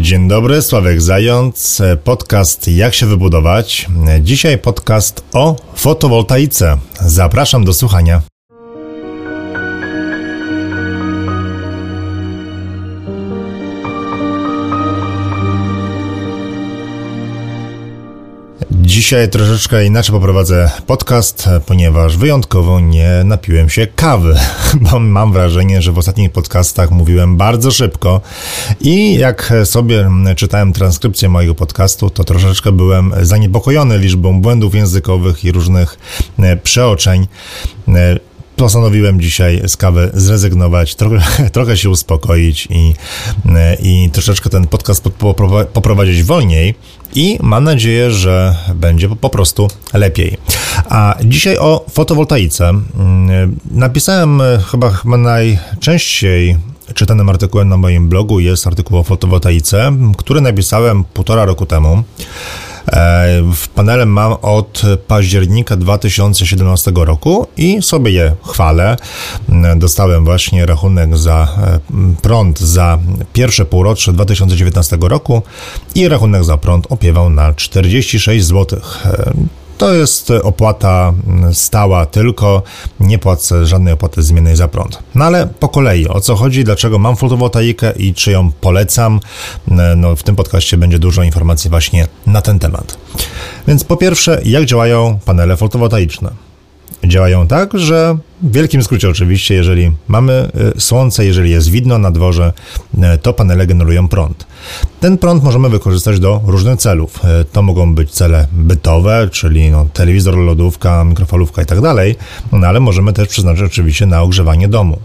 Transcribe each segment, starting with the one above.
Dzień dobry, Sławek Zając, podcast Jak się wybudować. Dzisiaj podcast o fotowoltaice. Zapraszam do słuchania. Dzisiaj troszeczkę inaczej poprowadzę podcast, ponieważ wyjątkowo nie napiłem się kawy, bo mam wrażenie, że w ostatnich podcastach mówiłem bardzo szybko i jak sobie czytałem transkrypcję mojego podcastu, to troszeczkę byłem zaniepokojony liczbą błędów językowych i różnych przeoczeń. Postanowiłem dzisiaj z kawy zrezygnować, trochę się uspokoić i troszeczkę ten podcast poprowadzić wolniej i mam nadzieję, że będzie po prostu lepiej. A dzisiaj o fotowoltaice. Napisałem chyba najczęściej czytanym artykułem na moim blogu jest artykuł o fotowoltaice, który napisałem 1,5 roku temu. W panele mam od października 2017 roku i sobie je chwalę. Dostałem właśnie rachunek za prąd za pierwsze półrocze 2019 roku i rachunek za prąd opiewał na 46 zł. To jest opłata stała tylko, nie płacę żadnej opłaty zmiennej za prąd. No ale po kolei, o co chodzi, dlaczego mam fotowoltaikę i czy ją polecam? No, w tym podcaście będzie dużo informacji właśnie na ten temat. Więc po pierwsze, jak działają panele fotowoltaiczne? Działają tak, że w wielkim skrócie oczywiście, jeżeli mamy słońce, jeżeli jest widno na dworze, to panele generują prąd. Ten prąd możemy wykorzystać do różnych celów. To mogą być cele bytowe, czyli telewizor, lodówka, mikrofalówka i tak dalej, ale możemy też przeznaczyć oczywiście na ogrzewanie domu.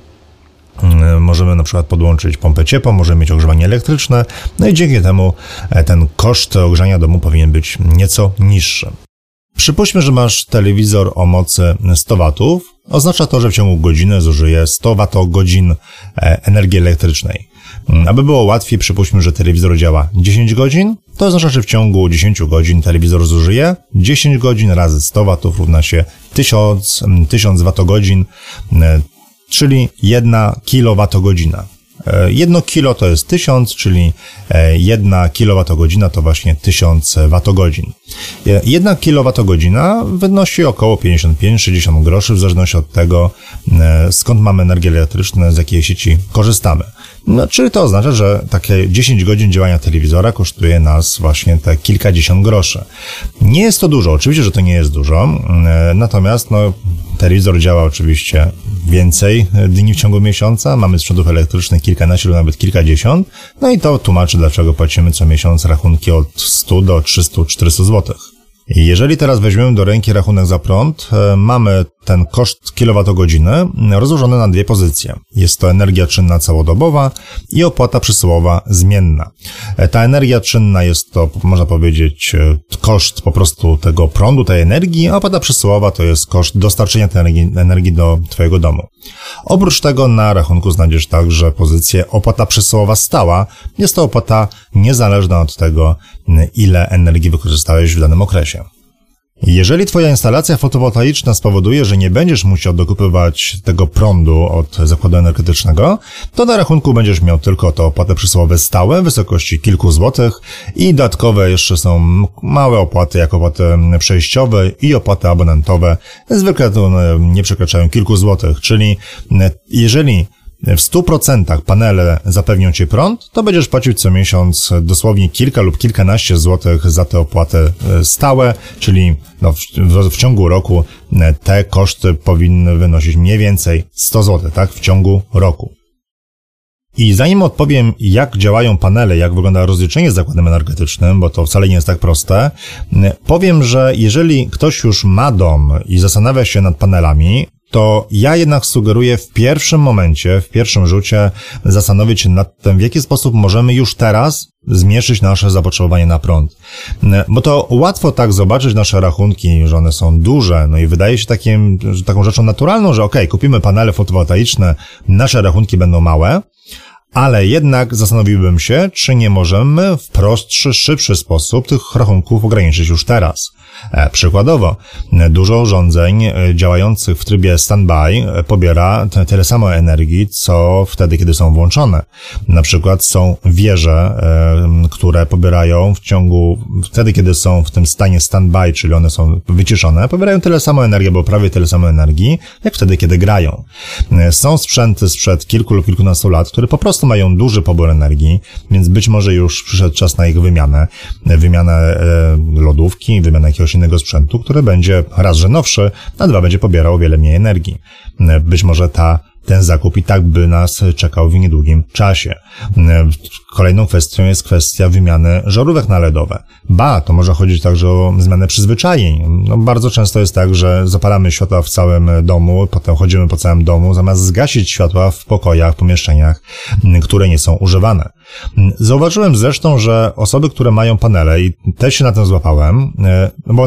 Możemy na przykład podłączyć pompę ciepła, możemy mieć ogrzewanie elektryczne, no i dzięki temu ten koszt ogrzania domu powinien być nieco niższy. Przypuśćmy, że masz telewizor o mocy 100 W. Oznacza to, że w ciągu godziny zużyje 100 Wh energii elektrycznej. Aby było łatwiej, przypuśćmy, że telewizor działa 10 godzin, to oznacza, że w ciągu 10 godzin telewizor zużyje 10 godzin razy 100 W równa się 1000 Wh, czyli 1 kWh. 1 kilo to jest 1000, czyli 1 kWh to właśnie 1000 Wh. 1 kWh wynosi około 55-60 groszy w zależności od tego, skąd mamy energię elektryczną, z jakiej sieci korzystamy. No, czyli to oznacza, że takie 10 godzin działania telewizora kosztuje nas właśnie te kilkadziesiąt groszy. Nie jest to dużo, oczywiście, że to nie jest dużo, natomiast telewizor działa oczywiście więcej dni w ciągu miesiąca, mamy sprzętów elektrycznych kilkanaście lub nawet kilkadziesiąt, no i to tłumaczy, dlaczego płacimy co miesiąc rachunki od 100 do 300-400 zł. Jeżeli teraz weźmiemy do ręki rachunek za prąd, mamy ten koszt kilowatogodziny rozłożony na dwie pozycje. Jest to energia czynna całodobowa i opłata przesyłowa zmienna. Ta energia czynna jest to, można powiedzieć, koszt po prostu tego prądu, tej energii, a opłata przesyłowa to jest koszt dostarczenia tej energii do Twojego domu. Oprócz tego na rachunku znajdziesz także pozycję opłata przesyłowa stała. Jest to opłata niezależna od tego, ile energii wykorzystałeś w danym okresie. Jeżeli Twoja instalacja fotowoltaiczna spowoduje, że nie będziesz musiał dokupywać tego prądu od zakładu energetycznego, to na rachunku będziesz miał tylko to opłaty przesyłowe stałe w wysokości kilku złotych i dodatkowe jeszcze są małe opłaty jak opłaty przejściowe i opłaty abonentowe. Zwykle to nie przekraczają kilku złotych, czyli jeżeli w 100% panele zapewnią Ci prąd, to będziesz płacił co miesiąc dosłownie kilka lub kilkanaście złotych za te opłaty stałe, czyli w ciągu roku te koszty powinny wynosić mniej więcej 100 zł, tak, w ciągu roku. I zanim odpowiem, jak działają panele, jak wygląda rozliczenie z zakładem energetycznym, bo to wcale nie jest tak proste, powiem, że jeżeli ktoś już ma dom i zastanawia się nad panelami, to ja jednak sugeruję w pierwszym momencie, w pierwszym rzucie zastanowić się nad tym, w jaki sposób możemy już teraz zmniejszyć nasze zapotrzebowanie na prąd. Bo to łatwo tak zobaczyć nasze rachunki, że one są duże, no i wydaje się taką rzeczą naturalną, że kupimy panele fotowoltaiczne, nasze rachunki będą małe, ale jednak zastanowiłbym się, czy nie możemy w prostszy, szybszy sposób tych rachunków ograniczyć już teraz. Przykładowo, dużo urządzeń działających w trybie standby pobiera tyle samo energii, co wtedy, kiedy są włączone. Na przykład są wieże, które pobierają wtedy, kiedy są w tym stanie standby, czyli one są wyciszone, pobierają tyle samo energii, bo prawie tyle samo energii, jak wtedy, kiedy grają. Są sprzęty sprzed kilku lub kilkunastu lat, które po prostu mają duży pobór energii, więc być może już przyszedł czas na ich wymianę lodówki, wymianę jakiegoś innego sprzętu, który będzie raz, że nowszy, a dwa, będzie pobierał o wiele mniej energii. Być może ten zakup i tak by nas czekał w niedługim czasie. Kolejną kwestią jest kwestia wymiany żarówek na-LEDowe. To może chodzić także o zmianę przyzwyczajeń. Bardzo często jest tak, że zapalamy światła w całym domu, potem chodzimy po całym domu, zamiast zgasić światła w pokojach, pomieszczeniach, które nie są używane. Zauważyłem zresztą, że osoby, które mają panele, i też się na tym złapałem, bo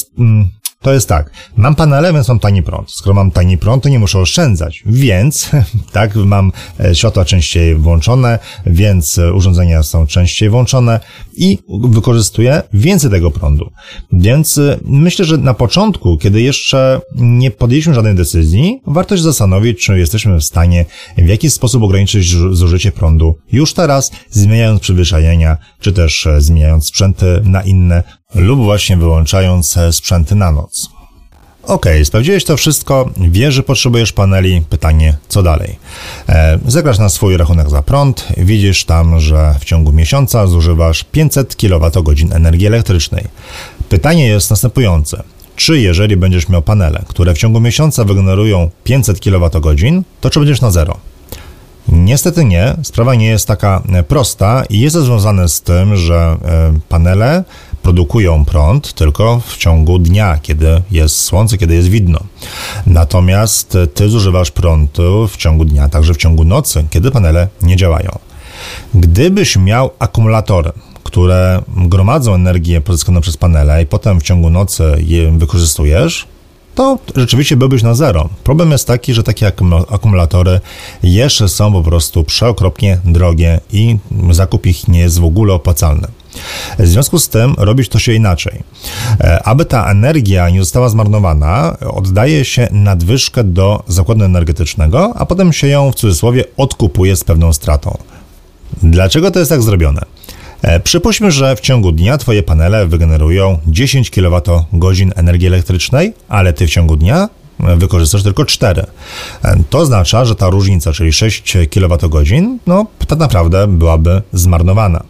to jest tak, mam panele, więc mam tani prąd. Skoro mam tani prąd, to nie muszę oszczędzać, więc tak, mam światła częściej włączone, więc urządzenia są częściej włączone i wykorzystuję więcej tego prądu. Więc myślę, że na początku, kiedy jeszcze nie podjęliśmy żadnej decyzji, warto się zastanowić, czy jesteśmy w stanie w jakiś sposób ograniczyć zużycie prądu już teraz, zmieniając przyzwyczajenia, czy też zmieniając sprzęty na inne, lub właśnie wyłączając sprzęty na noc. Sprawdziłeś to wszystko, wiesz, że potrzebujesz paneli, pytanie, co dalej? Zagrasz na swój rachunek za prąd, widzisz tam, że w ciągu miesiąca zużywasz 500 kWh energii elektrycznej. Pytanie jest następujące. Czy jeżeli będziesz miał panele, które w ciągu miesiąca wygenerują 500 kWh, to czy będziesz na zero? Niestety nie, sprawa nie jest taka prosta i jest to związane z tym, że panele produkują prąd tylko w ciągu dnia, kiedy jest słońce, kiedy jest widno. Natomiast ty zużywasz prądu w ciągu dnia, także w ciągu nocy, kiedy panele nie działają. Gdybyś miał akumulatory, które gromadzą energię pozyskaną przez panele i potem w ciągu nocy je wykorzystujesz, to rzeczywiście byłbyś na zero. Problem jest taki, że takie akumulatory jeszcze są po prostu przeokropnie drogie i zakup ich nie jest w ogóle opłacalny. W związku z tym robić to się inaczej. Aby ta energia nie została zmarnowana, oddaje się nadwyżkę do zakładu energetycznego, a potem się ją w cudzysłowie odkupuje z pewną stratą. Dlaczego to jest tak zrobione? Przypuśćmy, że w ciągu dnia twoje panele wygenerują 10 kWh energii elektrycznej, ale ty w ciągu dnia wykorzystasz tylko 4. To oznacza, że ta różnica, czyli 6 kWh, tak naprawdę byłaby zmarnowana.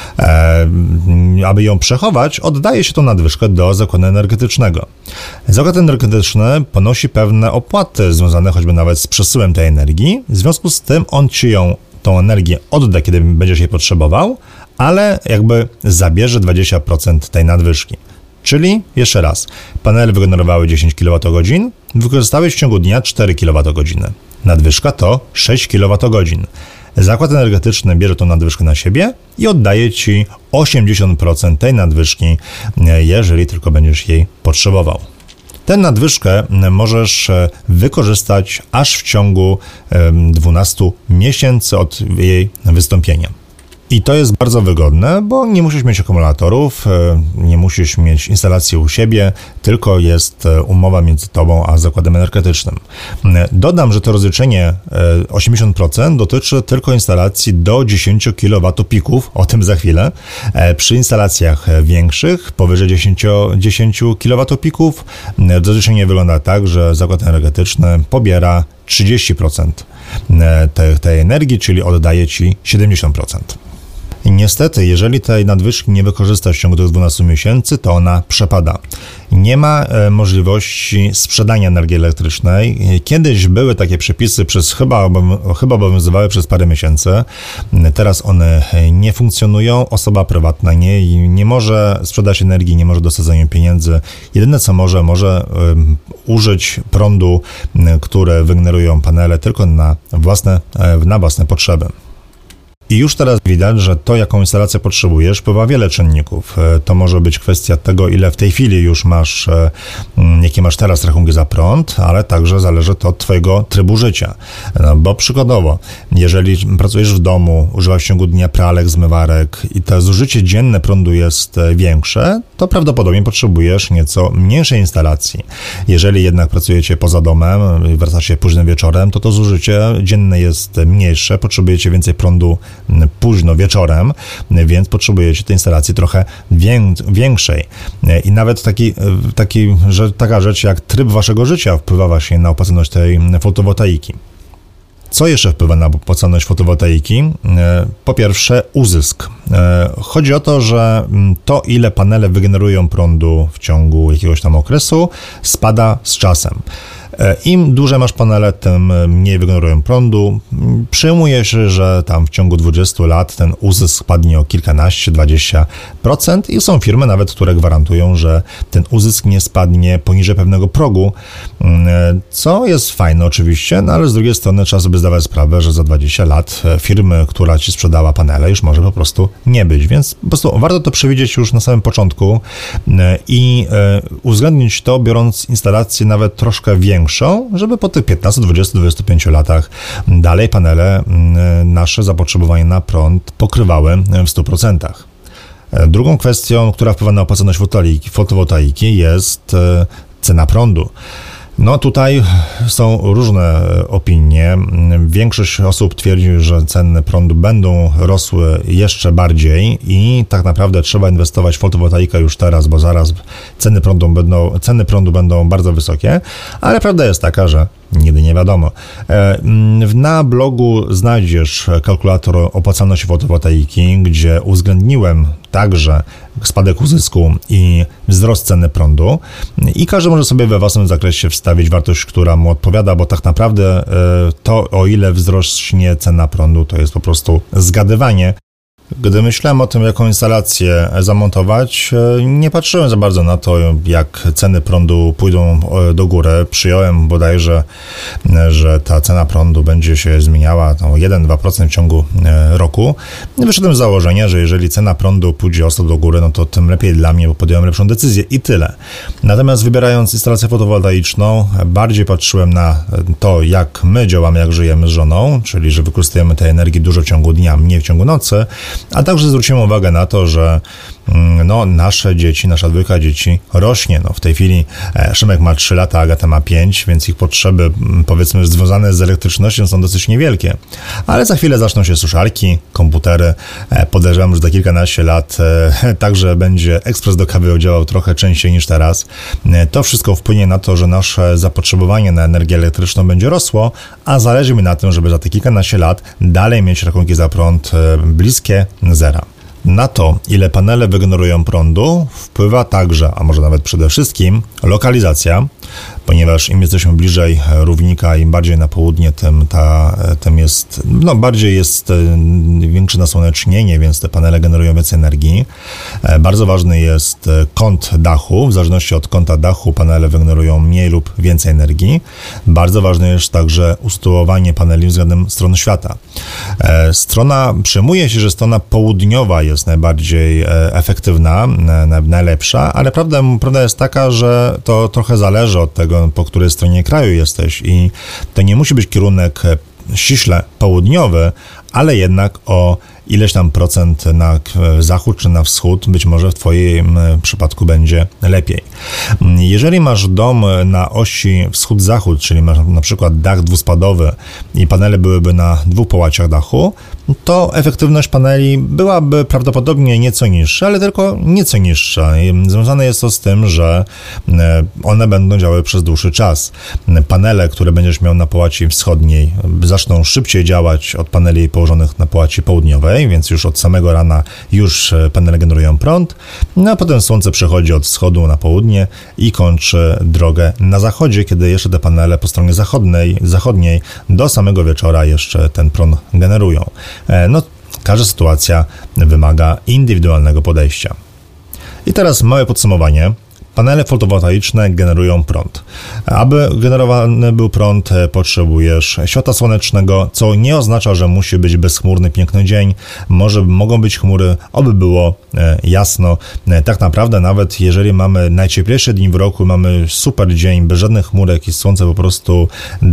Aby ją przechować, oddaje się tą nadwyżkę do zakładu energetycznego. Zakład energetyczny ponosi pewne opłaty związane choćby nawet z przesyłem tej energii, w związku z tym on ci tą energię odda, kiedy będziesz jej potrzebował, ale jakby zabierze 20% tej nadwyżki. Czyli, jeszcze raz, panele wygenerowały 10 kWh, wykorzystałeś w ciągu dnia 4 kWh. Nadwyżka to 6 kWh. Zakład energetyczny bierze tą nadwyżkę na siebie i oddaje ci 80% tej nadwyżki, jeżeli tylko będziesz jej potrzebował. Tę nadwyżkę możesz wykorzystać aż w ciągu 12 miesięcy od jej wystąpienia. I to jest bardzo wygodne, bo nie musisz mieć akumulatorów, nie musisz mieć instalacji u siebie, tylko jest umowa między tobą a zakładem energetycznym. Dodam, że to rozliczenie 80% dotyczy tylko instalacji do 10 kW pików, o tym za chwilę. Przy instalacjach większych, powyżej 10 kW pików, rozliczenie wygląda tak, że zakład energetyczny pobiera 30% tej energii, czyli oddaje ci 70%. Niestety, jeżeli tej nadwyżki nie wykorzystasz w ciągu tych 12 miesięcy, to ona przepada. Nie ma możliwości sprzedania energii elektrycznej. Kiedyś były takie przepisy, chyba obowiązywały przez parę miesięcy. Teraz one nie funkcjonują. Osoba prywatna nie może sprzedać energii, nie może dostać za nią pieniędzy. Jedyne co może użyć prądu, które wygenerują panele tylko na własne potrzeby. I już teraz widać, że to, jaką instalację potrzebujesz, wpływa wiele czynników. To może być kwestia tego, ile w tej chwili już masz, jakie masz teraz rachunki za prąd, ale także zależy to od twojego trybu życia. No, bo przykładowo, jeżeli pracujesz w domu, używasz w ciągu dnia pralek, zmywarek i to zużycie dzienne prądu jest większe, to prawdopodobnie potrzebujesz nieco mniejszej instalacji. Jeżeli jednak pracujecie poza domem i wracacie późnym wieczorem, to zużycie dzienne jest mniejsze, potrzebujecie więcej prądu późno wieczorem, więc potrzebujecie tej instalacji trochę większej. I nawet taka rzecz jak tryb waszego życia wpływa właśnie na opłacalność tej fotowoltaiki. Co jeszcze wpływa na opłacalność fotowoltaiki? Po pierwsze, uzysk. Chodzi o to, że to, ile panele wygenerują prądu w ciągu jakiegoś tam okresu, spada z czasem. Im duże masz panele, tym mniej wygenerują prądu. Przyjmuje się, że tam w ciągu 20 lat ten uzysk spadnie o kilkanaście, 20% i są firmy nawet, które gwarantują, że ten uzysk nie spadnie poniżej pewnego progu, co jest fajne oczywiście, no ale z drugiej strony trzeba sobie zdawać sprawę, że za 20 lat firmy, która ci sprzedała panele, już może po prostu nie być, więc po prostu warto to przewidzieć już na samym początku i uwzględnić to, biorąc instalację nawet troszkę większą, żeby po tych 15, 20, 25 latach dalej panele nasze zapotrzebowanie na prąd pokrywały w 100%. Drugą kwestią, która wpływa na opłacalność fotowoltaiki jest cena prądu. No tutaj są różne opinie. Większość osób twierdzi, że ceny prądu będą rosły jeszcze bardziej i tak naprawdę trzeba inwestować w fotowoltaikę już teraz, bo zaraz ceny prądu będą bardzo wysokie, ale prawda jest taka, że nigdy nie wiadomo. Na blogu znajdziesz kalkulator opłacalności fotowoltaiki, gdzie uwzględniłem także spadek uzysku i wzrost ceny prądu i każdy może sobie we własnym zakresie wstawić wartość, która mu odpowiada, bo tak naprawdę to, o ile wzrośnie cena prądu, to jest po prostu zgadywanie. Gdy myślałem o tym, jaką instalację zamontować, nie patrzyłem za bardzo na to, jak ceny prądu pójdą do góry. Przyjąłem bodajże, że ta cena prądu będzie się zmieniała o 1-2% w ciągu roku. I wyszedłem z założenia, że jeżeli cena prądu pójdzie ostro do góry, no to tym lepiej dla mnie, bo podjąłem lepszą decyzję i tyle. Natomiast wybierając instalację fotowoltaiczną, bardziej patrzyłem na to, jak my działamy, jak żyjemy z żoną, czyli że wykorzystujemy tej energii dużo w ciągu dnia, mniej w ciągu nocy, a także zwrócimy uwagę na to, że nasze dzieci, nasza dwójka dzieci rośnie. W tej chwili Szymek ma 3 lata, Agata ma 5, więc ich potrzeby, powiedzmy, związane z elektrycznością są dosyć niewielkie. Ale za chwilę zaczną się suszarki, komputery. Podejrzewam, że za kilkanaście lat także będzie ekspres do kawy działał trochę częściej niż teraz. To wszystko wpłynie na to, że nasze zapotrzebowanie na energię elektryczną będzie rosło, a zależy mi na tym, żeby za te kilkanaście lat dalej mieć rachunki za prąd bliskie zera. Na to, ile panele wygenerują prądu, wpływa także, a może nawet przede wszystkim, lokalizacja, ponieważ im jesteśmy bliżej równika, im bardziej na południe, tym jest, bardziej jest większe nasłonecznienie, więc te panele generują więcej energii. Bardzo ważny jest kąt dachu. W zależności od kąta dachu panele wygenerują mniej lub więcej energii. Bardzo ważne jest także usytuowanie paneli względem strony świata. Przyjmuje się, że strona południowa jest najbardziej efektywna, najlepsza, ale prawda jest taka, że to trochę zależy od tego, po której stronie kraju jesteś i to nie musi być kierunek ściśle południowy, ale jednak o ileś tam procent na zachód czy na wschód, być może w twoim przypadku będzie lepiej. Jeżeli masz dom na osi wschód-zachód, czyli masz na przykład dach dwuspadowy i panele byłyby na 2 połaciach dachu, to efektywność paneli byłaby prawdopodobnie nieco niższa, ale tylko nieco niższa. Związane jest to z tym, że one będą działały przez dłuższy czas. Panele, które będziesz miał na połaci wschodniej, zaczną szybciej działać od paneli położonych na połaci południowej, więc już od samego rana już panele generują prąd, a potem słońce przechodzi od wschodu na południe i kończy drogę na zachodzie, kiedy jeszcze te panele po stronie zachodniej do samego wieczora jeszcze ten prąd generują. Każda sytuacja wymaga indywidualnego podejścia. I teraz małe podsumowanie. Panele fotowoltaiczne generują prąd. Aby generowany był prąd, potrzebujesz światła słonecznego, co nie oznacza, że musi być bezchmurny, piękny dzień. Mogą być chmury, oby było jasno. Tak naprawdę nawet jeżeli mamy najcieplejsze dni w roku, mamy super dzień, bez żadnych chmurek i słońce po prostu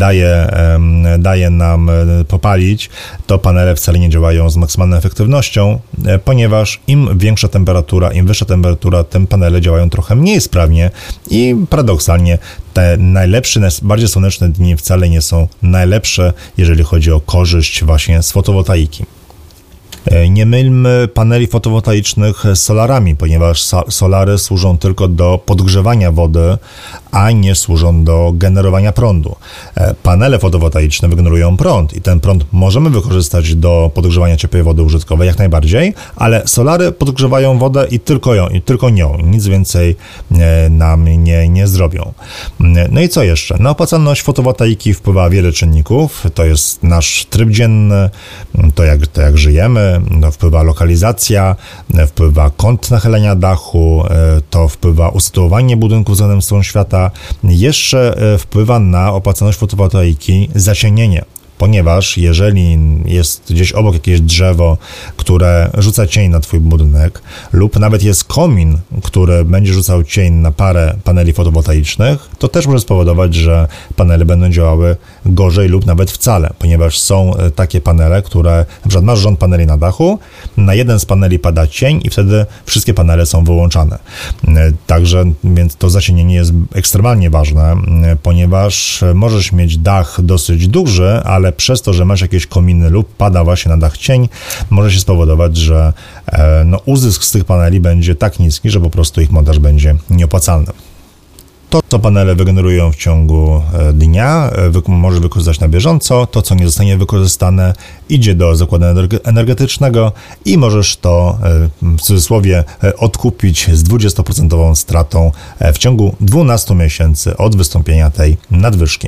daje nam popalić, to panele wcale nie działają z maksymalną efektywnością, ponieważ im większa temperatura, im wyższa temperatura, tym panele działają trochę mniej sprawnie i paradoksalnie te najlepsze, najbardziej słoneczne dni wcale nie są najlepsze, jeżeli chodzi o korzyść właśnie z fotowoltaiki. Nie mylmy paneli fotowoltaicznych z solarami, ponieważ solary służą tylko do podgrzewania wody, a nie służą do generowania prądu. Panele fotowoltaiczne wygenerują prąd i ten prąd możemy wykorzystać do podgrzewania ciepłej wody użytkowej jak najbardziej, ale solary podgrzewają wodę i tylko nią. Nic więcej nam nie zrobią. No i co jeszcze? Na opłacalność fotowoltaiki wpływa wiele czynników. To jest nasz tryb dzienny, to jak żyjemy, wpływa lokalizacja, wpływa kąt nachylenia dachu, to wpływa usytuowanie budynku względem stron świata. Jeszcze wpływa na opłacalność fotowoltaiki zacienienie. Ponieważ jeżeli jest gdzieś obok jakieś drzewo, które rzuca cień na twój budynek, lub nawet jest komin, który będzie rzucał cień na parę paneli fotowoltaicznych, to też może spowodować, że panele będą działały gorzej lub nawet wcale, ponieważ są takie panele, które, na przykład masz rząd paneli na dachu, na jeden z paneli pada cień i wtedy wszystkie panele są wyłączane. Także więc to zacienienie jest ekstremalnie ważne, ponieważ możesz mieć dach dosyć duży, ale przez to, że masz jakieś kominy lub pada właśnie na dach cień, może się spowodować, że uzysk z tych paneli będzie tak niski, że po prostu ich montaż będzie nieopłacalny. To, co panele wygenerują w ciągu dnia, możesz wykorzystać na bieżąco. To, co nie zostanie wykorzystane, idzie do zakładu energetycznego i możesz to w cudzysłowie odkupić z 20% stratą w ciągu 12 miesięcy od wystąpienia tej nadwyżki.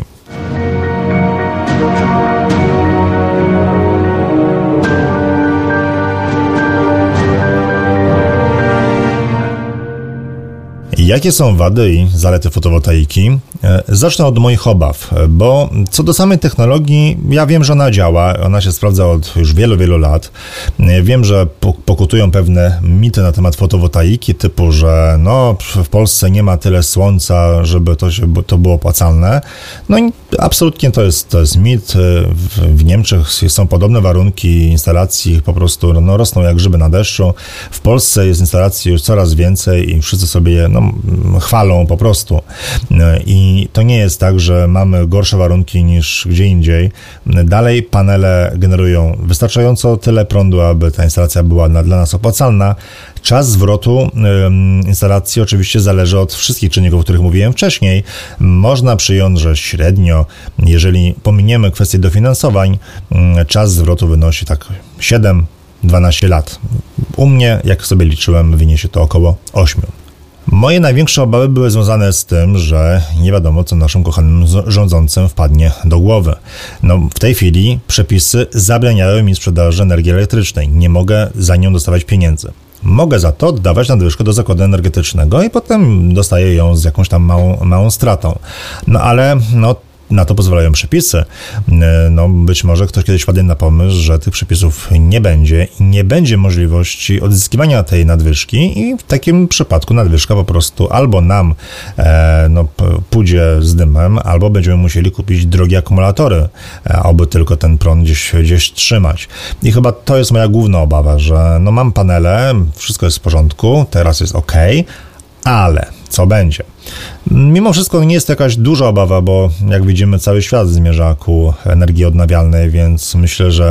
Jakie są wady i zalety fotowoltaiki? Zacznę od moich obaw, bo co do samej technologii, ja wiem, że ona działa, ona się sprawdza od już wielu, wielu lat. Wiem, że pokutują pewne mity na temat fotowoltaiki, typu, że w Polsce nie ma tyle słońca, żeby to było opłacalne. No i absolutnie to jest mit. W Niemczech są podobne warunki instalacji, po prostu rosną jak grzyby na deszczu. W Polsce jest instalacji już coraz więcej i wszyscy sobie je chwalą po prostu. I to nie jest tak, że mamy gorsze warunki niż gdzie indziej. Dalej panele generują wystarczająco tyle prądu, aby ta instalacja była dla nas opłacalna. Czas zwrotu instalacji oczywiście zależy od wszystkich czynników, o których mówiłem wcześniej. Można przyjąć, że średnio, jeżeli pominiemy kwestię dofinansowań, czas zwrotu wynosi tak 7-12 lat. U mnie, jak sobie liczyłem, wyniesie to około 8. Moje największe obawy były związane z tym, że nie wiadomo, co naszym kochanym rządzącym wpadnie do głowy. W tej chwili przepisy zabraniają mi sprzedaży energii elektrycznej. Nie mogę za nią dostawać pieniędzy. Mogę za to oddawać nadwyżkę do zakładu energetycznego i potem dostaję ją z jakąś tam małą stratą. Ale na to pozwalają przepisy. Być może ktoś kiedyś wpadnie na pomysł, że tych przepisów nie będzie i nie będzie możliwości odzyskiwania tej nadwyżki i w takim przypadku nadwyżka po prostu albo nam pójdzie z dymem, albo będziemy musieli kupić drogie akumulatory, aby tylko ten prąd gdzieś trzymać. I chyba to jest moja główna obawa, że mam panele, wszystko jest w porządku, teraz jest ok, ale co będzie? Mimo wszystko nie jest to jakaś duża obawa, bo jak widzimy, cały świat zmierza ku energii odnawialnej, więc myślę, że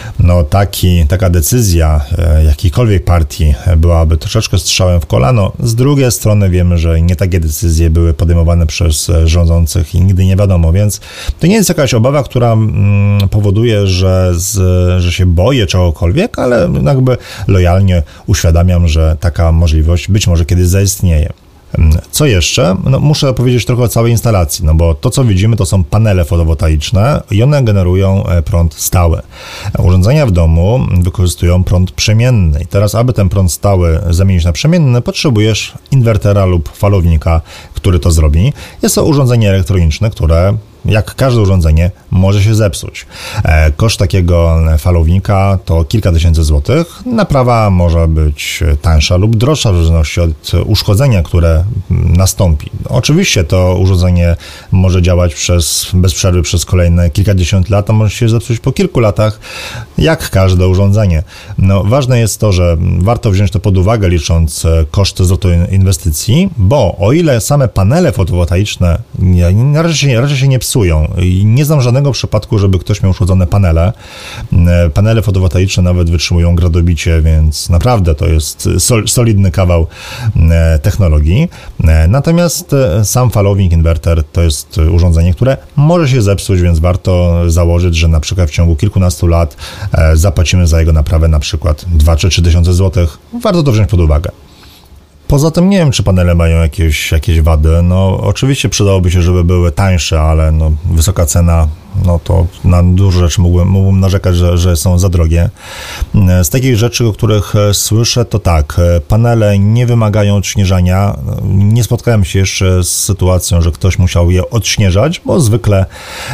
taka decyzja jakiejkolwiek partii byłaby troszeczkę strzałem w kolano. Z drugiej strony wiemy, że nie takie decyzje były podejmowane przez rządzących i nigdy nie wiadomo, więc to nie jest jakaś obawa, która powoduje, że się boję czegokolwiek, ale jakby lojalnie uświadamiam, że taka możliwość być może kiedyś zaistnieje. Co jeszcze? No, muszę powiedzieć trochę o całej instalacji, no bo to, co widzimy, to są panele fotowoltaiczne i one generują prąd stały. Urządzenia w domu wykorzystują prąd przemienny i teraz, aby ten prąd stały zamienić na przemienny, potrzebujesz inwertera lub falownika, który to zrobi. Jest to urządzenie elektroniczne, które jak każde urządzenie może się zepsuć. Koszt takiego falownika to kilka tysięcy złotych. Naprawa może być tańsza lub droższa w zależności od uszkodzenia, które nastąpi. Oczywiście to urządzenie może działać bez przerwy przez kolejne kilkadziesiąt lat, a może się zepsuć po kilku latach, jak każde urządzenie. No, ważne jest to, że warto wziąć to pod uwagę, licząc koszty zwrotu inwestycji, bo o ile same panele fotowoltaiczne raczej się nie psują, i nie znam żadnego przypadku, żeby ktoś miał uszkodzone panele. Panele fotowoltaiczne nawet wytrzymują gradobicie, więc naprawdę to jest solidny kawał technologii. Natomiast sam falownik, inwerter to jest urządzenie, które może się zepsuć, więc warto założyć, że na przykład w ciągu kilkunastu lat zapłacimy za jego naprawę na przykład 2 czy 3 tysiące złotych. Warto to wziąć pod uwagę. Poza tym nie wiem, czy panele mają jakieś wady. No oczywiście przydałoby się, żeby były tańsze, ale no, wysoka cena, no to na dużo rzeczy mógłbym narzekać, że są za drogie. Z takich rzeczy, o których słyszę, to tak, panele nie wymagają odśnieżania. Nie spotkałem się jeszcze z sytuacją, że ktoś musiał je odśnieżać, bo zwykle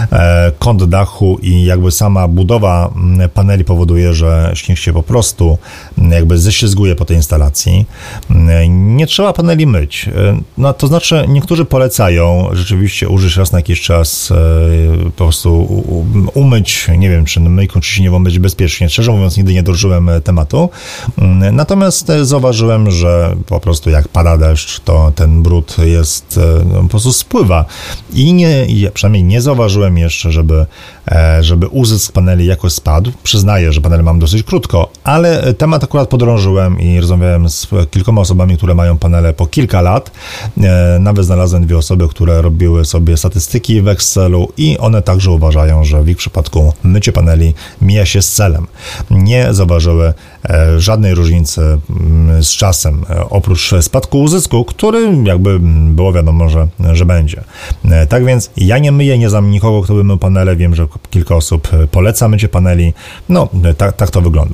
kąt dachu i jakby sama budowa paneli powoduje, że śnieg się po prostu jakby ześlizguje po tej instalacji. Nie trzeba paneli myć. No, to znaczy niektórzy polecają rzeczywiście użyć raz na jakiś czas po prostu umyć, nie wiem, czy myjką, czy się nie umyć bezpiecznie. Szczerze mówiąc, nigdy nie dożyłem tematu. Natomiast zauważyłem, że po prostu jak pada deszcz, to ten brud jest, po prostu spływa. I przynajmniej nie zauważyłem jeszcze, żeby uzysk paneli jakoś spadł. Przyznaję, że panele mam dosyć krótko, ale temat akurat podrążyłem i rozmawiałem z kilkoma osobami, które mają panele po kilka lat. Nawet znalazłem 2 osoby, które robiły sobie statystyki w Excelu i one także uważają, że w ich przypadku mycie paneli mija się z celem. Nie zauważyły żadnej różnicy z czasem, oprócz spadku uzysku, który jakby było wiadomo, że będzie. Tak więc ja nie myję, nie znam nikogo, kto by mył panele. Wiem, że kilka osób poleca mycie paneli. No, tak to wygląda.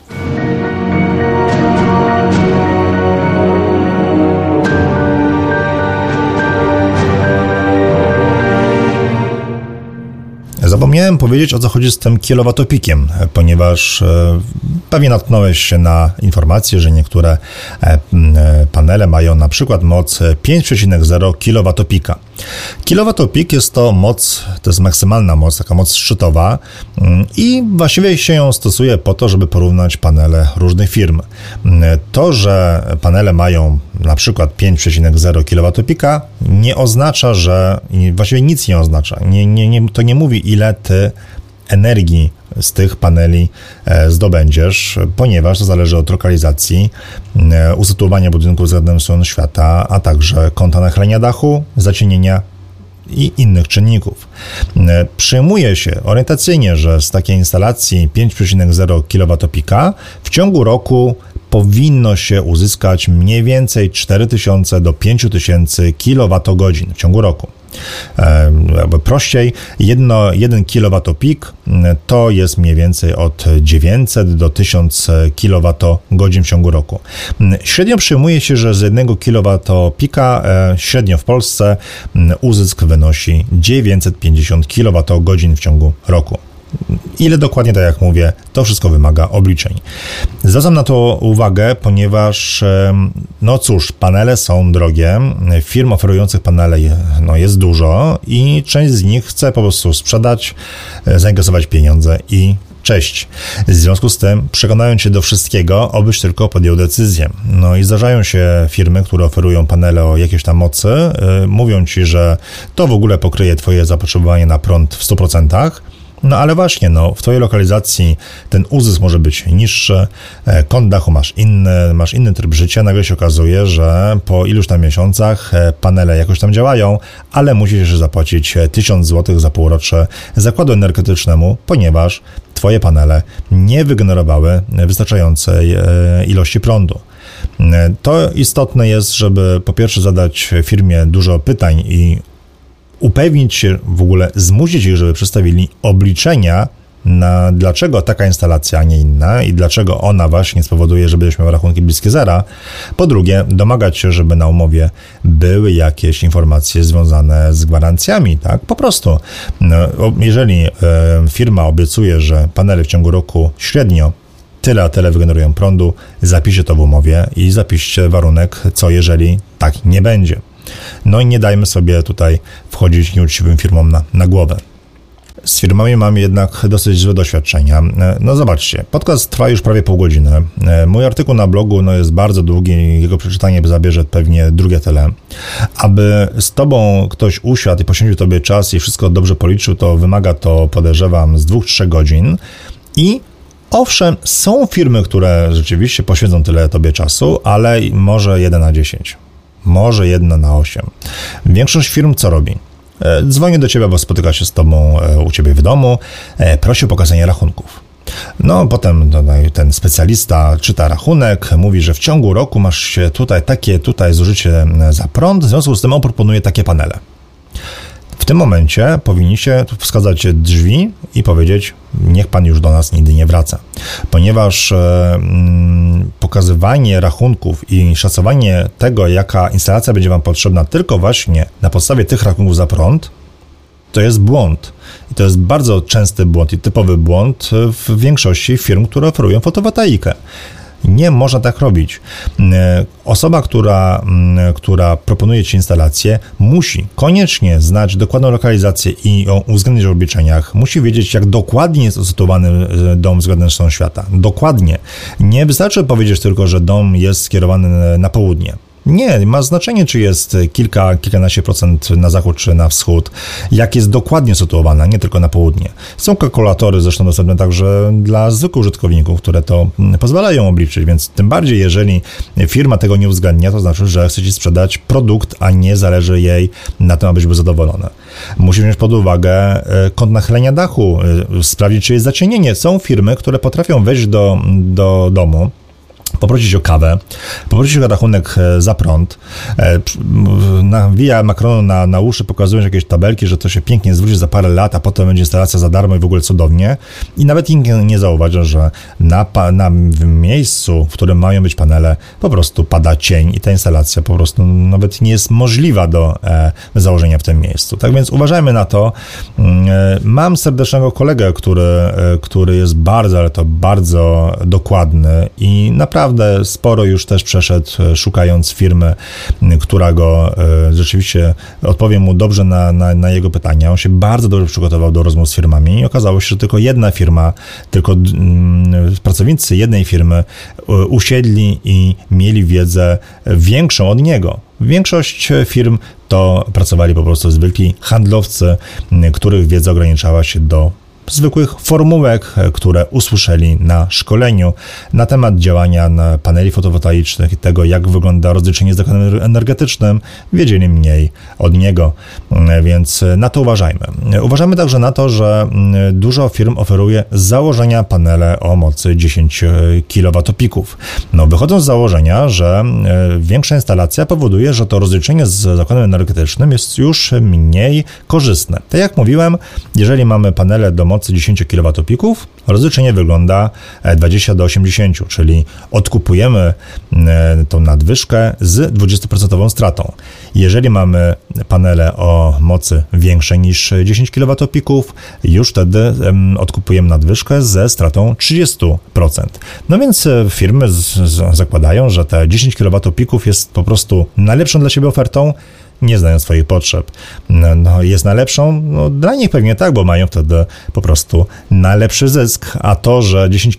Zapomniałem powiedzieć, o co chodzi z tym kilowatopikiem, ponieważ pewnie natknąłeś się na informację, że niektóre panele mają na przykład moc 5,0 kilowatopika. Kilowatopik jest to moc, to jest maksymalna moc, taka moc szczytowa i właściwie się ją stosuje po to, żeby porównać panele różnych firm. To, że panele mają na przykład 5,0 kilowatopika nie oznacza, że właściwie nic nie oznacza. To nie mówi, ile ty energii z tych paneli zdobędziesz, ponieważ to zależy od lokalizacji, usytuowania budynku względem stron świata, a także kąta nachylenia dachu, zacienienia i innych czynników. Przyjmuje się orientacyjnie, że z takiej instalacji 5,0 kWp w ciągu roku powinno się uzyskać mniej więcej 4000 do 5000 kWh w ciągu roku. Jakby prościej, 1 kWp to jest mniej więcej od 900 do 1000 kWh w ciągu roku. Średnio przyjmuje się, że z 1 kWp średnio w Polsce uzysk wynosi 950 kWh w ciągu roku. Ile dokładnie, tak jak mówię, to wszystko wymaga obliczeń. Zwracam na to uwagę, ponieważ, no cóż, panele są drogie, firm oferujących panele jest dużo i część z nich chce po prostu sprzedać, zainkasować pieniądze i cześć. W związku z tym, przekonując się do wszystkiego, obyś tylko podjął decyzję. No i zdarzają się firmy, które oferują panele o jakiejś tam mocy, mówią ci, że to w ogóle pokryje twoje zapotrzebowanie na prąd w 100%, no ale właśnie, w twojej lokalizacji ten uzysk może być niższy, kąt dachu masz inny tryb życia, nagle się okazuje, że po iluś tam miesiącach panele jakoś tam działają, ale musisz jeszcze zapłacić 1000 zł za półrocze zakładu energetycznemu, ponieważ twoje panele nie wygenerowały wystarczającej ilości prądu. To istotne jest, żeby po pierwsze zadać firmie dużo pytań i upewnić się, w ogóle zmusić ich, żeby przedstawili obliczenia, dlaczego taka instalacja, a nie inna i dlaczego ona właśnie spowoduje, że będziesz miał rachunki bliskie zera. Po drugie, domagać się, żeby na umowie były jakieś informacje związane z gwarancjami, tak? Po prostu. Jeżeli firma obiecuje, że panele w ciągu roku średnio tyle a tyle wygenerują prądu, zapiszcie to w umowie i zapiszcie warunek, co jeżeli tak nie będzie. No i nie dajmy sobie tutaj wchodzić nieuczciwym firmom na głowę. Z firmami mamy jednak dosyć złe doświadczenia. No zobaczcie, podcast trwa już prawie pół godziny. Mój artykuł na blogu jest bardzo długi, jego przeczytanie zabierze pewnie drugie tyle. Aby z tobą ktoś usiadł i poświęcił tobie czas i wszystko dobrze policzył, to wymaga to, podejrzewam, z 2-3 godzin. I owszem, są firmy, które rzeczywiście poświęcą tyle tobie czasu, ale może 1 na 10. Może 1 na 8. Większość firm co robi? Dzwoni do ciebie, bo spotyka się z tobą u ciebie w domu, prosi o pokazanie rachunków. No, potem ten specjalista czyta rachunek, mówi, że w ciągu roku masz takie zużycie za prąd, w związku z tym on proponuje takie panele. W tym momencie powinniście wskazać drzwi i powiedzieć, niech pan już do nas nigdy nie wraca. Ponieważ pokazywanie rachunków i szacowanie tego, jaka instalacja będzie wam potrzebna tylko właśnie na podstawie tych rachunków za prąd, to jest błąd. I to jest bardzo częsty błąd i typowy błąd w większości firm, które oferują fotowoltaikę. Nie można tak robić. Osoba, która proponuje ci instalację, musi koniecznie znać dokładną lokalizację i ją uwzględnić w obliczeniach. Musi wiedzieć, jak dokładnie jest usytuowany dom względem strony świata. Dokładnie. Nie wystarczy powiedzieć tylko, że dom jest skierowany na południe. Nie, ma znaczenie, czy jest kilkanaście procent na zachód, czy na wschód, jak jest dokładnie sytuowana, nie tylko na południe. Są kalkulatory zresztą dostępne także dla zwykłych użytkowników, które to pozwalają obliczyć, więc tym bardziej, jeżeli firma tego nie uwzględnia, to znaczy, że chce ci sprzedać produkt, a nie zależy jej na tym, abyś był zadowolony. Musi wziąć pod uwagę kąt nachylenia dachu, sprawdzić, czy jest zacienienie. Są firmy, które potrafią wejść do domu, poprosić o kawę, poprosić o rachunek za prąd, nawija Macronu na uszy, pokazując jakieś tabelki, że to się pięknie zwróci za parę lat, a potem będzie instalacja za darmo i w ogóle cudownie. I nawet nikt nie zauważy, że w miejscu, w którym mają być panele, po prostu pada cień i ta instalacja po prostu nawet nie jest możliwa do założenia w tym miejscu. Tak więc uważajmy na to. Mam serdecznego kolegę, który jest bardzo, ale to bardzo dokładny i naprawdę sporo już też przeszedł, szukając firmy, która go rzeczywiście odpowie mu dobrze na jego pytania. On się bardzo dobrze przygotował do rozmów z firmami i okazało się, że tylko jedna firma, tylko pracownicy jednej firmy usiedli i mieli wiedzę większą od niego. Większość firm to pracowali po prostu zwykli handlowcy, których wiedza ograniczała się do zwykłych formułek, które usłyszeli na szkoleniu na temat działania na paneli fotowoltaicznych i tego, jak wygląda rozliczenie z zakładem energetycznym, wiedzieli mniej od niego, więc na to uważajmy. Uważamy także na to, że dużo firm oferuje z założenia panele o mocy 10 kWp. No, wychodząc z założenia, że większa instalacja powoduje, że to rozliczenie z zakładem energetycznym jest już mniej korzystne. Tak jak mówiłem, jeżeli mamy panele do mocy 10 kWp, rozliczenie wygląda 20 do 80, czyli odkupujemy tą nadwyżkę z 20% stratą. Jeżeli mamy panele o mocy większej niż 10 kWp, już wtedy odkupujemy nadwyżkę ze stratą 30%. No więc firmy zakładają, że te 10 kWp jest po prostu najlepszą dla siebie ofertą, nie znają swoich potrzeb. No, jest najlepszą? No, dla nich pewnie tak, bo mają wtedy po prostu najlepszy zysk, a to, że 10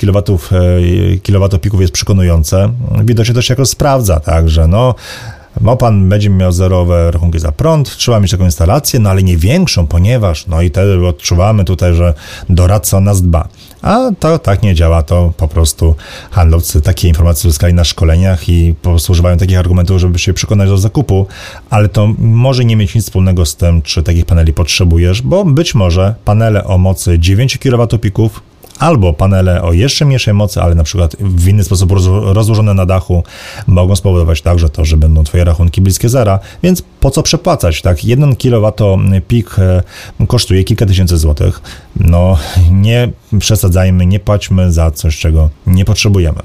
kWp jest przekonujące, widocznie też jako sprawdza, tak, że pan będzie miał zerowe rachunki za prąd, trzeba mieć taką instalację, no ale nie większą, ponieważ, no i wtedy odczuwamy tutaj, że doradca o nas dba. A to tak nie działa, to po prostu handlowcy takie informacje uzyskali na szkoleniach i po prostu używają takich argumentów, żeby się przekonać do zakupu, ale to może nie mieć nic wspólnego z tym, czy takich paneli potrzebujesz, bo być może panele o mocy 9 kWp albo panele o jeszcze mniejszej mocy, ale na przykład w inny sposób rozłożone na dachu mogą spowodować także to, że będą twoje rachunki bliskie zera, więc po co przepłacać, tak? 1 kW pik kosztuje kilka tysięcy złotych. No, nie przesadzajmy, nie płaćmy za coś, czego nie potrzebujemy.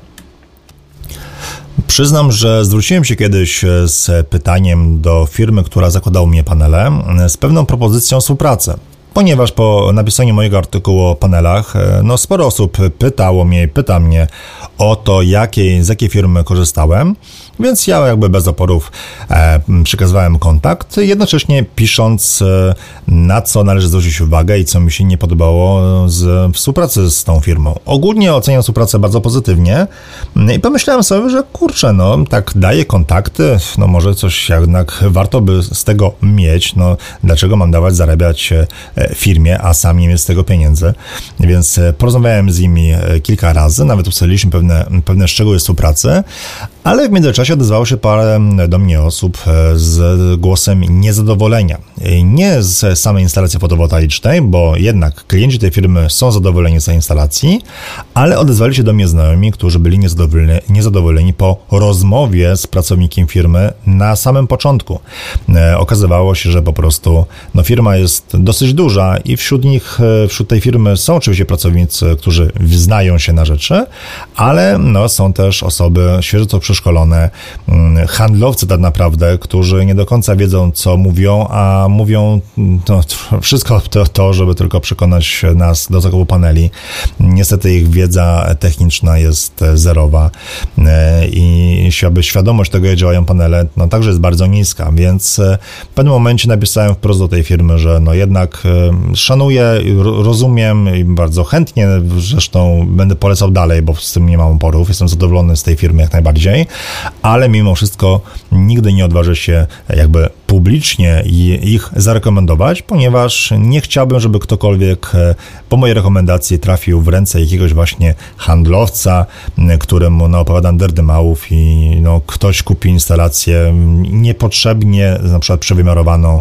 Przyznam, że zwróciłem się kiedyś z pytaniem do firmy, która zakładała mnie panele, z pewną propozycją współpracy. Ponieważ po napisaniu mojego artykułu o panelach, no sporo osób pyta mnie o to, z jakiej firmy korzystałem, więc ja jakby bez oporów przekazywałem kontakt, jednocześnie pisząc, na co należy zwrócić uwagę i co mi się nie podobało z współpracy z tą firmą. Ogólnie oceniam współpracę bardzo pozytywnie i pomyślałem sobie, że kurczę, no tak daję kontakty, no może coś jednak warto by z tego mieć, no dlaczego mam zarabiać firmie, a sam nie mieć z tego pieniędzy, więc porozmawiałem z nimi kilka razy, nawet ustaliliśmy pewne szczegóły współpracy, ale w międzyczasie odezwało się parę do mnie osób z głosem niezadowolenia. Nie z samej instalacji fotowoltaicznej, bo jednak klienci tej firmy są zadowoleni z tej instalacji, ale odezwali się do mnie znajomi, którzy byli niezadowoleni po rozmowie z pracownikiem firmy na samym początku. Okazywało się, że po prostu firma jest dosyć duża i wśród tej firmy są oczywiście pracownicy, którzy znają się na rzeczy, ale są też osoby świeżo przeszkolone, handlowcy tak naprawdę, którzy nie do końca wiedzą, co mówią, a mówią wszystko to, żeby tylko przekonać nas do zakupu paneli. Niestety ich wiedza techniczna jest zerowa i świadomość tego, jak działają panele, także jest bardzo niska, więc w pewnym momencie napisałem wprost do tej firmy, że jednak szanuję, rozumiem i bardzo chętnie zresztą będę polecał dalej, bo z tym nie mam oporów, jestem zadowolony z tej firmy jak najbardziej, ale mimo wszystko nigdy nie odważę się jakby publicznie ich zarekomendować, ponieważ nie chciałbym, żeby ktokolwiek po mojej rekomendacji trafił w ręce jakiegoś właśnie handlowca, któremu opowiadam derdymałów i ktoś kupi instalację niepotrzebnie, na przykład przewymiarowaną,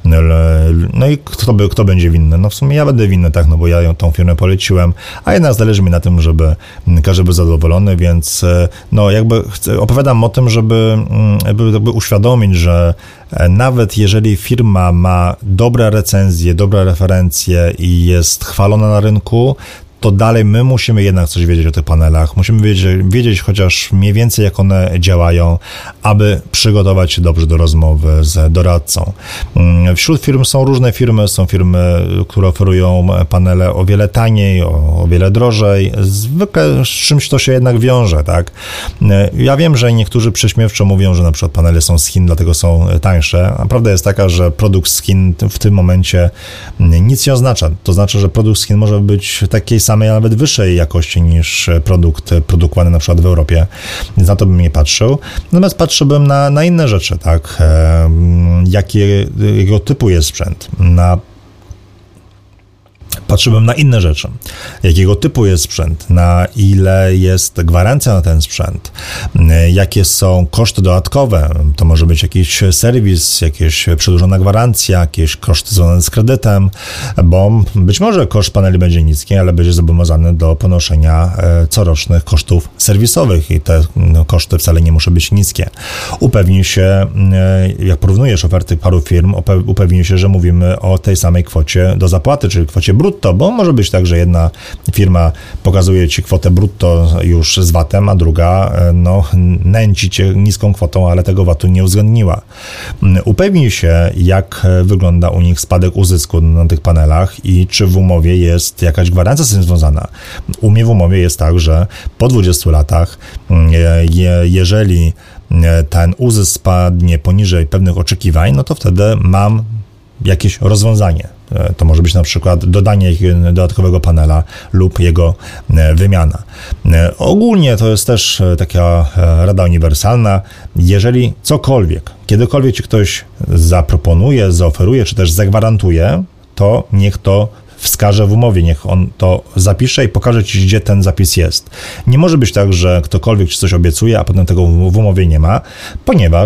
i kto będzie winny? W sumie ja będę winny, tak, bo ja tą firmę poleciłem, a jednak zależy mi na tym, żeby każdy był zadowolony, więc opowiadam o tym, żeby uświadomić, że nawet jeżeli firma ma dobre recenzje, dobre referencje i jest chwalona na rynku, to dalej my musimy jednak coś wiedzieć o tych panelach. Musimy wiedzieć chociaż mniej więcej, jak one działają, aby przygotować się dobrze do rozmowy z doradcą. Wśród firm są różne firmy. Są firmy, które oferują panele o wiele taniej, o wiele drożej. Zwykle z czymś to się jednak wiąże, tak? Ja wiem, że niektórzy prześmiewczo mówią, że na przykład panele są z Chin, dlatego są tańsze. A prawda jest taka, że produkt z Chin w tym momencie nic nie oznacza. To znaczy, że produkt z Chin może być takiej samej, a nawet wyższej jakości niż produkt produkowany na przykład w Europie. Więc na to bym nie patrzył. Natomiast patrzyłbym na inne rzeczy, tak? Jakiego typu jest sprzęt? Patrzyłbym na inne rzeczy. Jakiego typu jest sprzęt? Na ile jest gwarancja na ten sprzęt? Jakie są koszty dodatkowe? To może być jakiś serwis, jakaś przedłużona gwarancja, jakieś koszty związane z kredytem, bo być może koszt paneli będzie niski, ale będzie zobowiązany do ponoszenia corocznych kosztów serwisowych i te koszty wcale nie muszą być niskie. Upewnij się, jak porównujesz oferty paru firm, upewnij się, że mówimy o tej samej kwocie do zapłaty, czyli kwocie brutto, bo może być tak, że jedna firma pokazuje ci kwotę brutto już z VAT-em, a druga nęci cię niską kwotą, ale tego VAT-u nie uwzględniła. Upewnij się, jak wygląda u nich spadek uzysku na tych panelach i czy w umowie jest jakaś gwarancja z tym związana. U mnie w umowie jest tak, że po 20 latach, jeżeli ten uzysk spadnie poniżej pewnych oczekiwań, to wtedy mam jakieś rozwiązanie. To może być na przykład dodanie dodatkowego panela lub jego wymiana. Ogólnie to jest też taka rada uniwersalna. Jeżeli kiedykolwiek ci ktoś zaproponuje, zaoferuje, czy też zagwarantuje, to niech to wskaże w umowie, niech on to zapisze i pokaże ci, gdzie ten zapis jest. Nie może być tak, że ktokolwiek ci coś obiecuje, a potem tego w umowie nie ma, ponieważ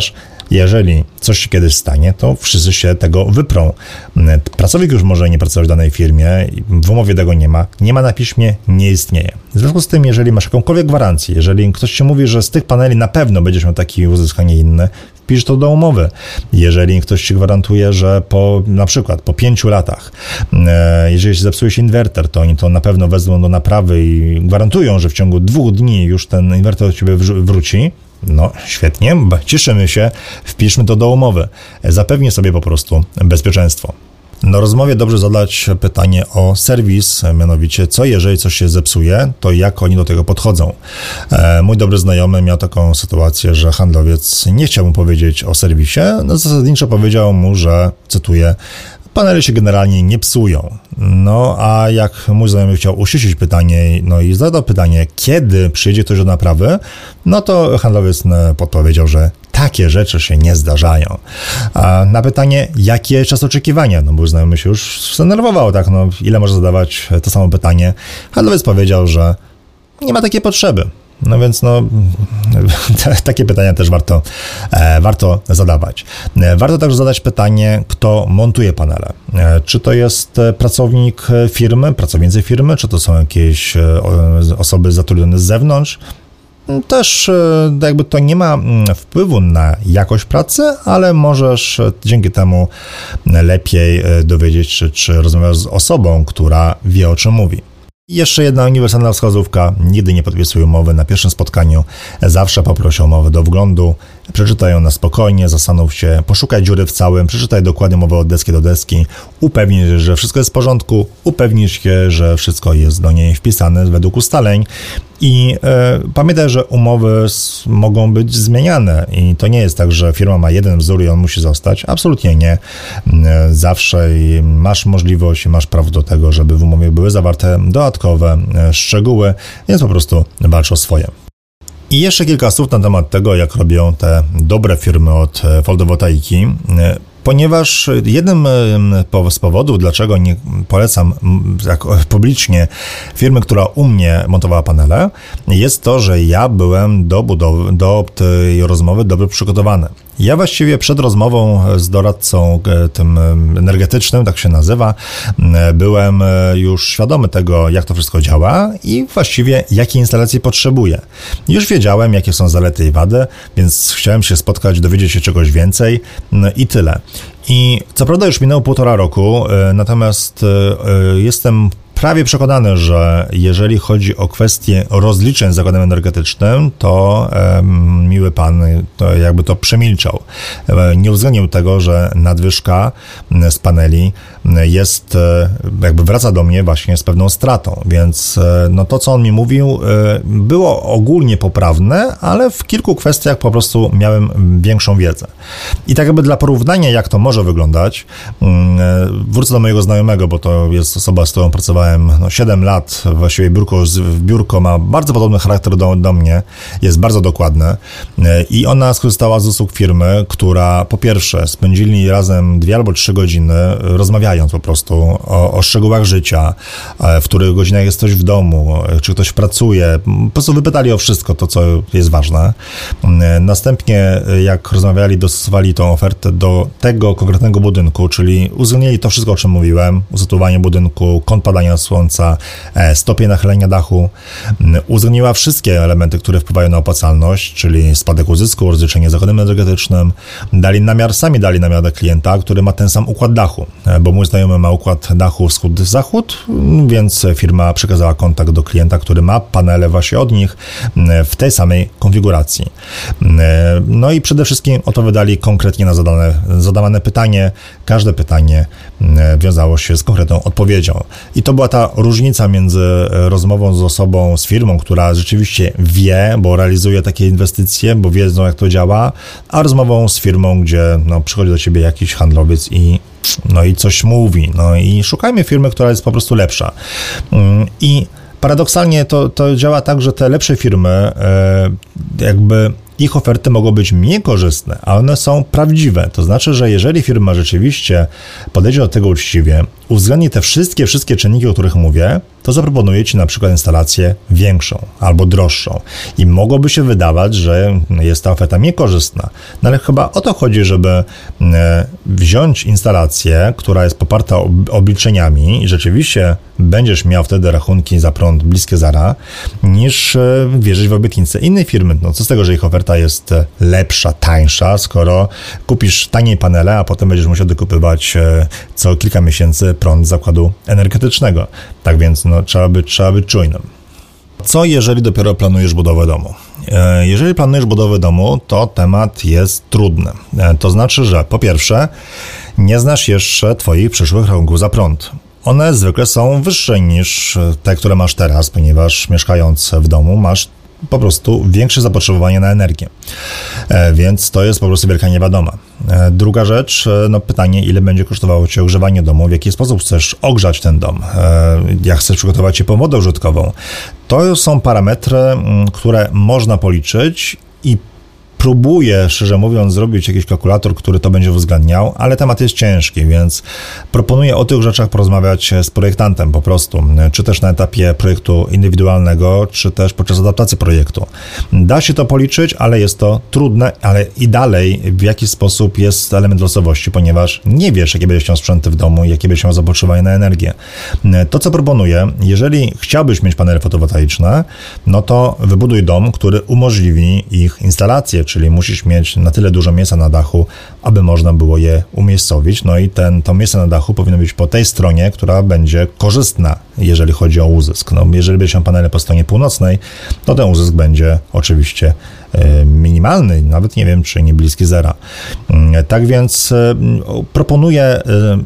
Jeżeli coś się kiedyś stanie, to wszyscy się tego wyprą. Pracownik już może nie pracować w danej firmie, w umowie tego nie ma na piśmie, nie istnieje. W związku z tym, jeżeli masz jakąkolwiek gwarancję, jeżeli ktoś ci mówi, że z tych paneli na pewno będziesz miał taki uzyskanie inne, wpisz to do umowy. Jeżeli ktoś ci gwarantuje, że na przykład po 5 latach, jeżeli się zepsuje się inwerter, to oni to na pewno wezmą do naprawy i gwarantują, że w ciągu 2 dni już ten inwerter do ciebie wróci, no świetnie, cieszymy się, wpiszmy to do umowy. Zapewni sobie po prostu bezpieczeństwo. Na rozmowie dobrze zadać pytanie o serwis, mianowicie co jeżeli coś się zepsuje, to jak oni do tego podchodzą. Mój dobry znajomy miał taką sytuację, że handlowiec nie chciał mu powiedzieć o serwisie, no zasadniczo powiedział mu, że, cytuję, panele się generalnie nie psują. No a jak mój znajomy chciał uściślić pytanie, no i zadał pytanie, kiedy przyjdzie ktoś do naprawy, no to handlowiec podpowiedział, że takie rzeczy się nie zdarzają. A na pytanie, jakie jest czas oczekiwania? No bo znajomy się już zdenerwował, tak, no ile może zadawać to samo pytanie? Handlowiec powiedział, że nie ma takiej potrzeby. No więc takie pytania też warto zadawać. Warto także zadać pytanie, kto montuje panele. Czy to jest pracownik firmy, pracownicy firmy, czy to są jakieś osoby zatrudnione z zewnątrz? Też jakby to nie ma wpływu na jakość pracy, ale możesz dzięki temu lepiej dowiedzieć się, czy rozmawiasz z osobą, która wie, o czym mówi. I jeszcze jedna uniwersalna wskazówka. Nigdy nie podpisuj umowy na pierwszym spotkaniu. Zawsze poproś o umowę do wglądu. Przeczytaj ją na spokojnie, zastanów się, poszukaj dziury w całym, przeczytaj dokładnie umowę od deski do deski, upewnij się, że wszystko jest w porządku, upewnij się, że wszystko jest do niej wpisane według ustaleń i pamiętaj, że umowy mogą być zmieniane i to nie jest tak, że firma ma jeden wzór i on musi zostać. Absolutnie nie. Zawsze masz możliwość i masz prawo do tego, żeby w umowie były zawarte dodatkowe szczegóły, więc po prostu walcz o swoje. I jeszcze kilka słów na temat tego, jak robią te dobre firmy od fotowoltaiki, ponieważ jednym z powodów, dlaczego nie polecam tak publicznie firmy, która u mnie montowała panele, jest to, że ja byłem do tej rozmowy dobrze przygotowany. Ja właściwie przed rozmową z doradcą tym energetycznym, tak się nazywa, byłem już świadomy tego, jak to wszystko działa i właściwie jakiej instalacji potrzebuję. Już wiedziałem, jakie są zalety i wady, więc chciałem się spotkać, dowiedzieć się czegoś więcej i tyle. I co prawda już minęło 1,5 roku, natomiast jestem prawie przekonany, że jeżeli chodzi o kwestię rozliczeń z zakładem energetycznym, to miły pan to jakby to przemilczał. Nie uwzględnił tego, że nadwyżka z paneli wraca do mnie właśnie z pewną stratą, więc no to, co on mi mówił, było ogólnie poprawne, ale w kilku kwestiach po prostu miałem większą wiedzę. I tak jakby dla porównania, jak to może wyglądać, wrócę do mojego znajomego, bo to jest osoba, z którą pracowałem 7 lat, właściwie biurko ma bardzo podobny charakter do mnie, jest bardzo dokładne i ona skorzystała z usług firmy, która po pierwsze spędzili razem 2 albo 3 godziny rozmawiając po prostu o szczegółach życia, w których godzinach jest ktoś w domu, czy ktoś pracuje, po prostu wypytali o wszystko to, co jest ważne. Następnie jak rozmawiali, dostosowali tą ofertę do tego konkretnego budynku, czyli uwzględnili to wszystko, o czym mówiłem, usytuowanie budynku, kąt padania słońca, stopień nachylenia dachu, uwzględniła wszystkie elementy, które wpływają na opłacalność, czyli spadek uzysku, rozliczenie zakładem energetycznym, sami dali namiar dla klienta, który ma ten sam układ dachu, bo mój znajomy ma układ dachu wschód-zachód, więc firma przekazała kontakt do klienta, który ma panele właśnie od nich w tej samej konfiguracji. No i przede wszystkim odpowiadali konkretnie na zadawane pytanie. Każde pytanie wiązało się z konkretną odpowiedzią. I to była ta różnica między rozmową z osobą, z firmą, która rzeczywiście wie, bo realizuje takie inwestycje, bo wiedzą, jak to działa, a rozmową z firmą, gdzie przychodzi do ciebie jakiś handlowiec i coś mówi. No i szukajmy firmy, która jest po prostu lepsza. I paradoksalnie to działa tak, że te lepsze firmy jakby ich oferty mogą być mniej korzystne, a one są prawdziwe. To znaczy, że jeżeli firma rzeczywiście podejdzie do tego uczciwie, uwzględni te wszystkie czynniki, o których mówię, to zaproponuje Ci na przykład instalację większą albo droższą. I mogłoby się wydawać, że jest ta oferta mniej korzystna. No ale chyba o to chodzi, żeby wziąć instalację, która jest poparta obliczeniami i rzeczywiście będziesz miał wtedy rachunki za prąd bliskie zera, niż wierzyć w obietnice innej firmy. No co z tego, że ich oferta jest lepsza, tańsza, skoro kupisz taniej panele, a potem będziesz musiał dokupywać co kilka miesięcy prąd z zakładu energetycznego. Tak więc trzeba być czujnym. Co jeżeli dopiero planujesz budowę domu? Jeżeli planujesz budowę domu, to temat jest trudny. To znaczy, że po pierwsze nie znasz jeszcze Twoich przyszłych rachunków za prąd. One zwykle są wyższe niż te, które masz teraz, ponieważ mieszkając w domu masz po prostu większe zapotrzebowanie na energię. Więc to jest po prostu wielka niewiadoma. Druga rzecz, pytanie, ile będzie kosztowało Cię ogrzewanie domu, w jaki sposób chcesz ogrzać ten dom, jak chcesz przygotować ciepłą wodę użytkową. To są parametry, które można policzyć i próbuję, szczerze mówiąc, zrobić jakiś kalkulator, który to będzie uwzględniał, ale temat jest ciężki, więc proponuję o tych rzeczach porozmawiać z projektantem po prostu, czy też na etapie projektu indywidualnego, czy też podczas adaptacji projektu. Da się to policzyć, ale jest to trudne, ale i dalej w jaki sposób jest element losowości, ponieważ nie wiesz, jakie będziesz miał sprzęty w domu, jakie będziesz miał zapotrzebowanie na energię. To, co proponuję, jeżeli chciałbyś mieć panele fotowoltaiczne, no to wybuduj dom, który umożliwi ich instalację, czyli musisz mieć na tyle dużo miejsca na dachu, aby można było je umiejscowić. No i to miejsce na dachu powinno być po tej stronie, która będzie korzystna, jeżeli chodzi o uzysk. No, jeżeli będziesz miał panele po stronie północnej, to ten uzysk będzie oczywiście minimalny, nawet nie wiem, czy nie bliski zera. Tak więc proponuję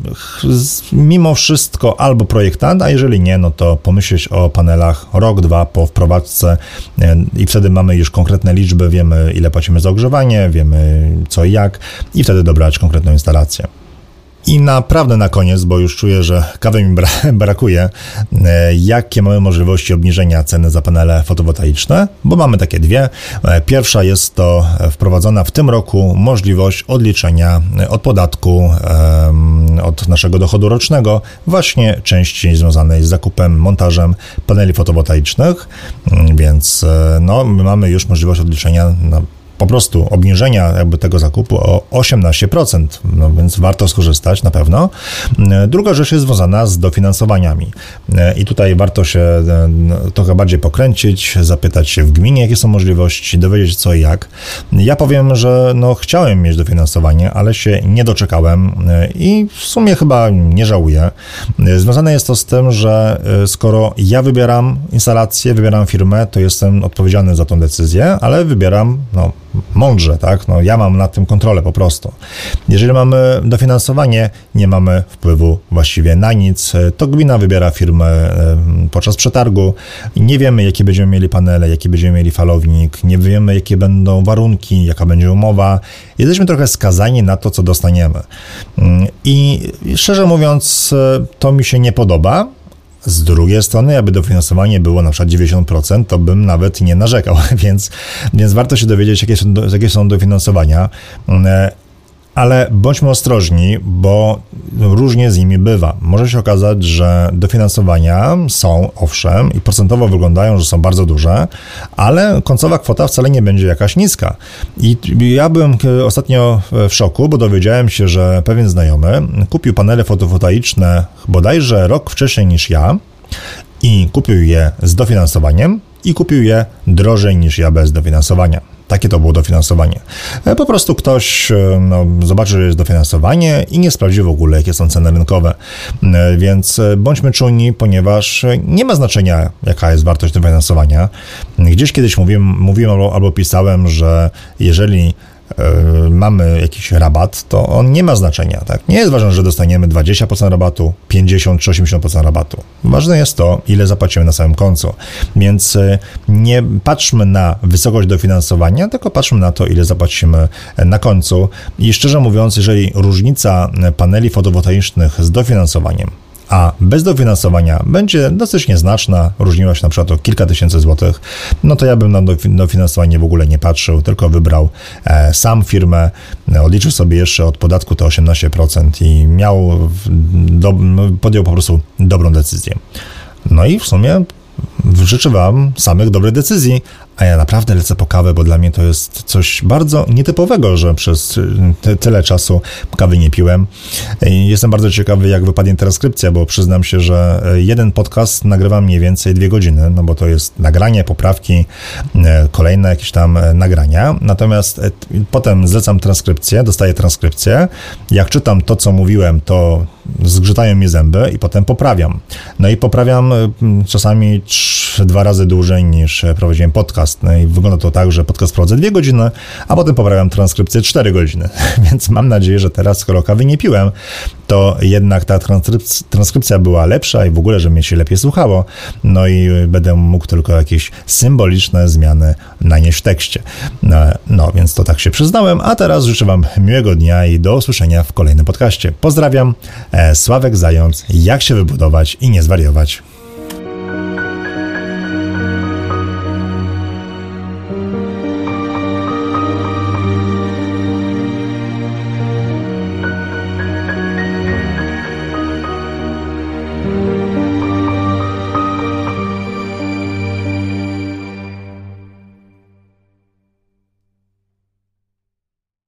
mimo wszystko albo projektant, a jeżeli nie, no to pomyśleć o panelach rok, dwa po wprowadzce i wtedy mamy już konkretne liczby, wiemy ile płacimy za ogrzewanie, wiemy co i jak i wtedy dobrać konkretną instalację. I naprawdę na koniec, bo już czuję, że kawy mi brakuje, jakie mamy możliwości obniżenia ceny za panele fotowoltaiczne, bo mamy takie dwie. Pierwsza jest to wprowadzona w tym roku możliwość odliczenia od podatku, od naszego dochodu rocznego, właśnie części związanej z zakupem, montażem paneli fotowoltaicznych, więc my mamy już możliwość odliczenia po prostu obniżenia jakby tego zakupu o 18%, więc warto skorzystać na pewno. Druga rzecz jest związana z dofinansowaniami i tutaj warto się trochę bardziej pokręcić, zapytać się w gminie, jakie są możliwości, dowiedzieć co i jak. Ja powiem, że chciałem mieć dofinansowanie, ale się nie doczekałem i w sumie chyba nie żałuję. Związane jest to z tym, że skoro ja wybieram instalację, wybieram firmę, to jestem odpowiedzialny za tą decyzję, ale wybieram mądrze, tak? Ja mam nad tym kontrolę po prostu. Jeżeli mamy dofinansowanie, nie mamy wpływu właściwie na nic, to gmina wybiera firmę podczas przetargu i nie wiemy, jakie będziemy mieli panele, jaki będziemy mieli falownik, nie wiemy, jakie będą warunki, jaka będzie umowa. Jesteśmy trochę skazani na to, co dostaniemy. I szczerze mówiąc, to mi się nie podoba. Z drugiej strony, jakby dofinansowanie było na przykład 90%, to bym nawet nie narzekał, więc warto się dowiedzieć, jakie są dofinansowania, ale bądźmy ostrożni, bo różnie z nimi bywa. Może się okazać, że dofinansowania są, owszem, i procentowo wyglądają, że są bardzo duże, ale końcowa kwota wcale nie będzie jakaś niska. I ja byłem ostatnio w szoku, bo dowiedziałem się, że pewien znajomy kupił panele fotowoltaiczne bodajże rok wcześniej niż ja i kupił je z dofinansowaniem i kupił je drożej niż ja bez dofinansowania. Takie to było dofinansowanie. Po prostu ktoś zobaczył, że jest dofinansowanie i nie sprawdził w ogóle, jakie są ceny rynkowe. Więc bądźmy czujni, ponieważ nie ma znaczenia, jaka jest wartość dofinansowania. Gdzieś kiedyś mówiłem albo pisałem, że jeżeli mamy jakiś rabat, to on nie ma znaczenia, tak? Nie jest ważne, że dostaniemy 20% rabatu, 50 czy 80% rabatu. Ważne jest to, ile zapłacimy na samym końcu. Więc nie patrzmy na wysokość dofinansowania, tylko patrzmy na to, ile zapłacimy na końcu. I szczerze mówiąc, jeżeli różnica paneli fotowoltaicznych z dofinansowaniem a bez dofinansowania będzie dosyć nieznaczna, różniła się na przykład o kilka tysięcy złotych, no to ja bym na dofinansowanie w ogóle nie patrzył, tylko wybrał sam firmę, odliczył sobie jeszcze od podatku te 18% i podjął po prostu dobrą decyzję. No i w sumie życzę Wam samych dobrych decyzji, a ja naprawdę lecę po kawę, bo dla mnie to jest coś bardzo nietypowego, że przez tyle czasu kawy nie piłem. Jestem bardzo ciekawy, jak wypadnie transkrypcja, bo przyznam się, że jeden podcast nagrywam mniej więcej 2 godziny, no bo to jest nagranie, poprawki, kolejne jakieś tam nagrania. Natomiast potem zlecam transkrypcję, dostaję transkrypcję. Jak czytam to, co mówiłem, to zgrzytają mi zęby i potem poprawiam. No i poprawiam czasami 2 razy dłużej niż prowadziłem podcast. No i wygląda to tak, że podcast prowadzę 2 godziny, a potem poprawiam transkrypcję 4 godziny. Więc mam nadzieję, że teraz, skoro kawy nie piłem, to jednak ta transkrypcja była lepsza i w ogóle, że mnie się lepiej słuchało. No i będę mógł tylko jakieś symboliczne zmiany nanieść w tekście. No, więc to tak się przyznałem, a teraz życzę Wam miłego dnia i do usłyszenia w kolejnym podcaście. Pozdrawiam, Sławek Zając, jak się wybudować i nie zwariować.